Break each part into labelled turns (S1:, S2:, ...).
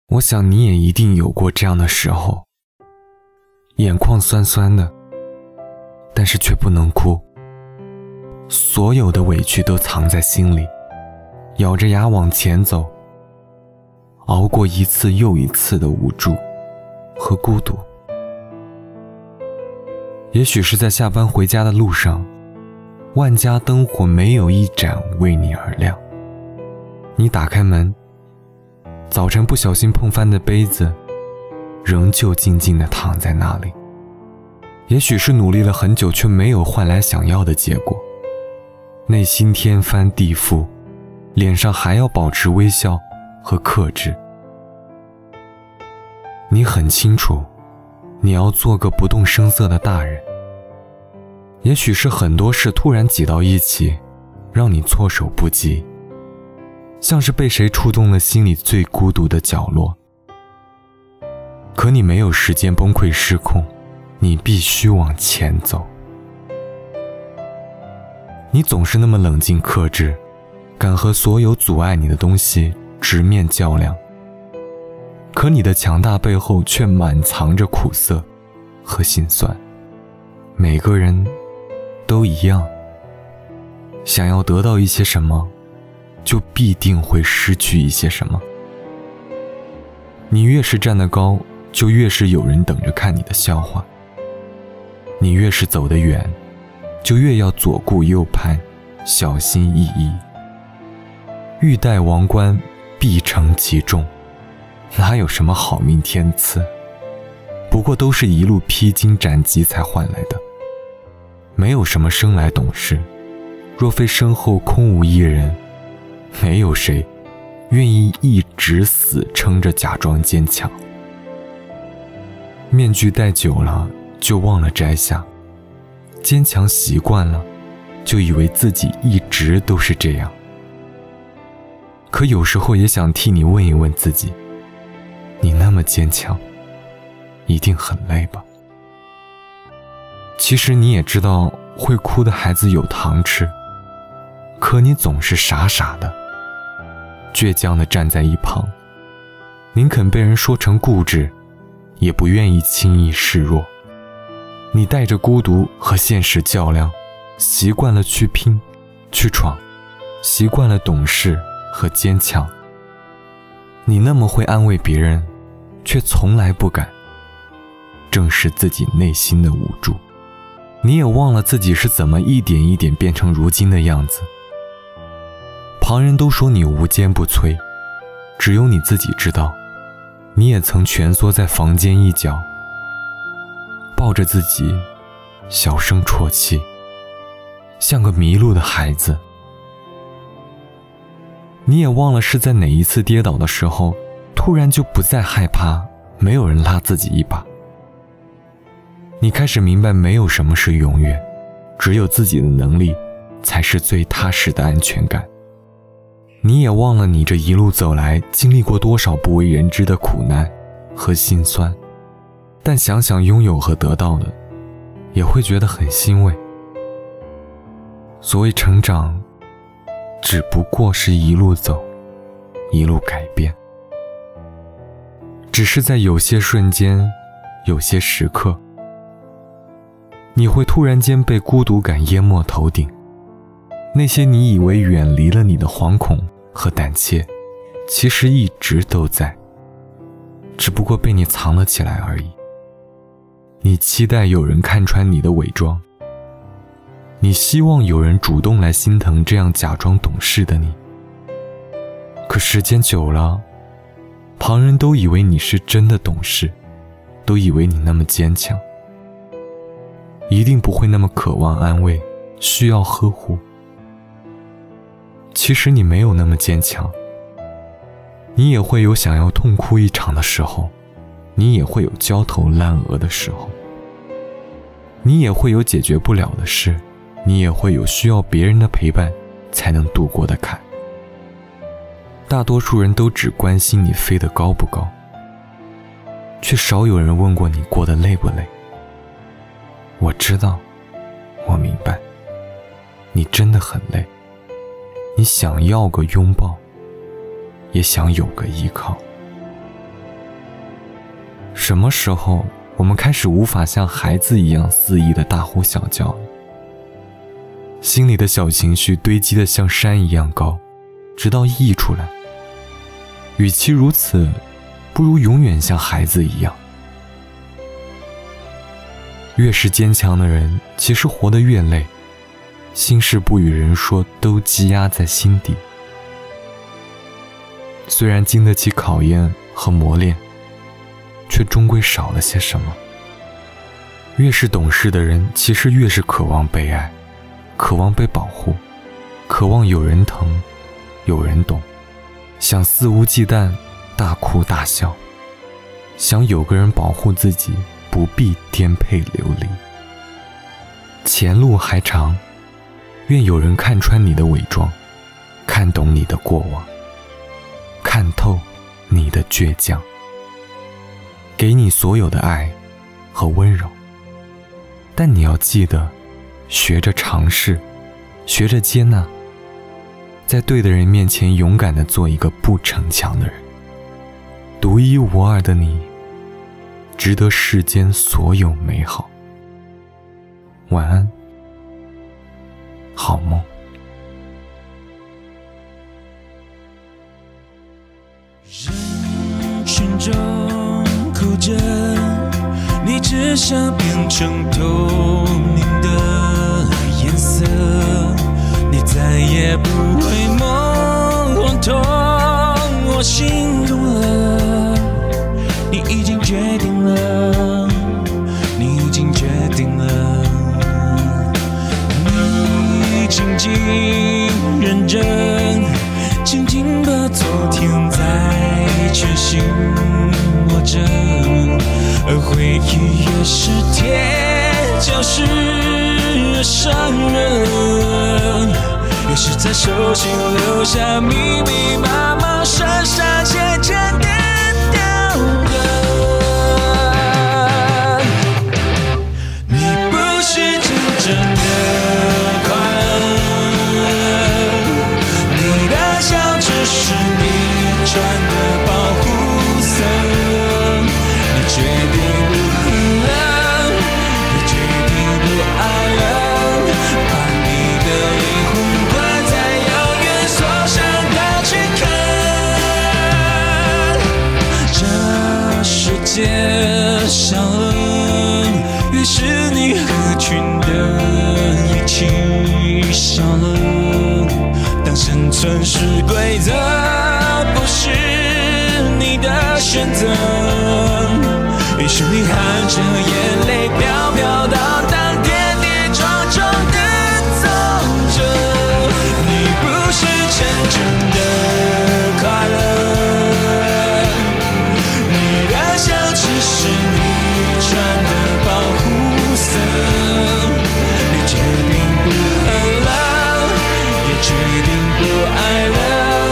S1: 我想你也一定有过这样的时候，眼眶酸酸的，但是却不能哭，所有的委屈都藏在心里，咬着牙往前走，熬过一次又一次的无助和孤独。也许是在下班回家的路上，万家灯火没有一盏为你而亮，你打开门，早晨不小心碰翻的杯子仍旧静静地躺在那里。也许是努力了很久却没有换来想要的结果，内心天翻地覆，脸上还要保持微笑和克制。你很清楚，你要做个不动声色的大人。也许是很多事突然挤到一起，让你措手不及，像是被谁触动了心里最孤独的角落。可你没有时间崩溃失控，你必须往前走。你总是那么冷静克制，敢和所有阻碍你的东西直面较量，可你的强大背后却满藏着苦涩和心酸。每个人都一样，想要得到一些什么，就必定会失去一些什么。你越是站得高，就越是有人等着看你的笑话。你越是走得远，就越要左顾右盼，小心翼翼。欲戴王冠，必承其重，哪有什么好命天赐，不过都是一路披荆斩棘才换来的。没有什么生来懂事，若非身后空无一人，没有谁愿意一直死撑着假装坚强。面具戴久了就忘了摘下，坚强习惯了就以为自己一直都是这样。可有时候也想替你问一问自己，你那么坚强，一定很累吧？其实你也知道会哭的孩子有糖吃，可你总是傻傻的倔强地站在一旁，宁肯被人说成固执，也不愿意轻易示弱。你带着孤独和现实较量，习惯了去拼去闯，习惯了懂事和坚强。你那么会安慰别人，却从来不敢正视自己内心的无助。你也忘了自己是怎么一点一点变成如今的样子。旁人都说你无坚不摧，只有你自己知道，你也曾蜷缩在房间一角，抱着自己小声啜泣，像个迷路的孩子。你也忘了是在哪一次跌倒的时候，突然就不再害怕没有人拉自己一把。你开始明白，没有什么是永远，只有自己的能力才是最踏实的安全感。你也忘了你这一路走来经历过多少不为人知的苦难和心酸，但想想拥有和得到的，也会觉得很欣慰。所谓成长，只不过是一路走，一路改变。只是在有些瞬间，有些时刻，你会突然间被孤独感淹没头顶，那些你以为远离了你的惶恐和胆怯，其实一直都在，只不过被你藏了起来而已。你期待有人看穿你的伪装，你希望有人主动来心疼这样假装懂事的你。可时间久了，旁人都以为你是真的懂事，都以为你那么坚强，一定不会那么渴望安慰，需要呵护。其实你没有那么坚强，你也会有想要痛哭一场的时候，你也会有焦头烂额的时候，你也会有解决不了的事，你也会有需要别人的陪伴才能度过的坎。大多数人都只关心你飞得高不高，却少有人问过你过得累不累。我知道，我明白，你真的很累，你想要个拥抱，也想有个依靠。 什么时候我们开始无法像孩子一样肆意的大呼小叫，心里的小情绪堆积得像山一样高，直到溢出来。与其如此，不如永远像孩子一样。越是坚强的人，其实活得越累，心事不与人说，都积压在心底。虽然经得起考验和磨练，却终归少了些什么。越是懂事的人，其实越是渴望被爱，渴望被保护，渴望有人疼，有人懂，想肆无忌惮大哭大笑，想有个人保护自己，不必颠沛流离。前路还长，愿有人看穿你的伪装，看懂你的过往，看透你的倔强，给你所有的爱和温柔。但你要记得，学着尝试，学着接纳，在对的人面前勇敢地做一个不逞强的人。独一无二的你，值得世间所有美好。晚安，好梦。
S2: 人群中哭着，你只想变成透明的颜色，你再也不会梦痛我心动了，你已经决定了，你已经决定了，你静静认真，静静把昨天在全心握着，而回忆越是贴就是越伤人，越是在手心留下密密麻麻深深浅浅点掉的。你不是真正的快乐，你的笑只是你穿的保护色，你决定不恨了，你决定不爱了，把你的灵魂关在永远锁上的躯壳。这世界上了，越是你合群的一起笑了，当生存是规则，不是你的选择，于是你含着眼泪飘飘荡荡，跌跌撞撞地走着。你不是真正的快乐，你的笑只是你穿的保护色，你决定不恨了，也决定不爱了，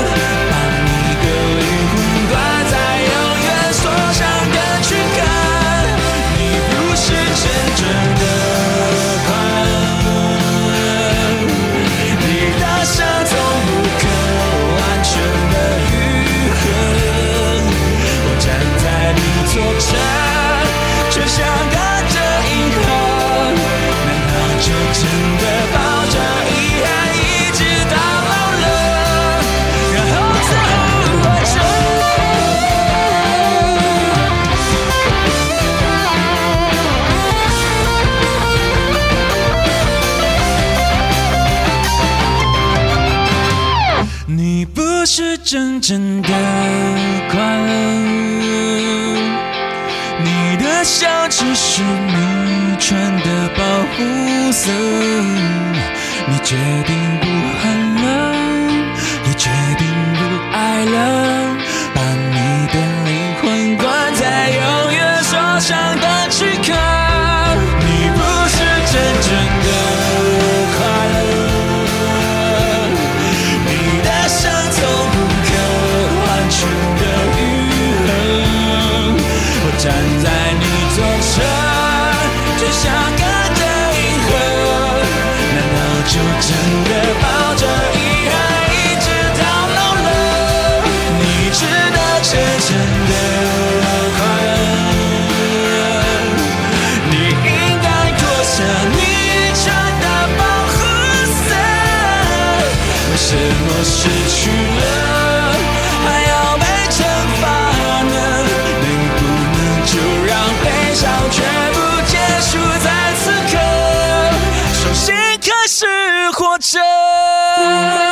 S2: 你不是真正的快乐，你的笑只是你穿的保护色，你决定不恨了，也决定不爱了，把你的灵魂关在永远锁上的躯壳。你不是真正的快乐，你的伤从不可完全的愈合，我站在你左侧，就像跟着银河，难道就真的抱着遗憾一直到老了？你了。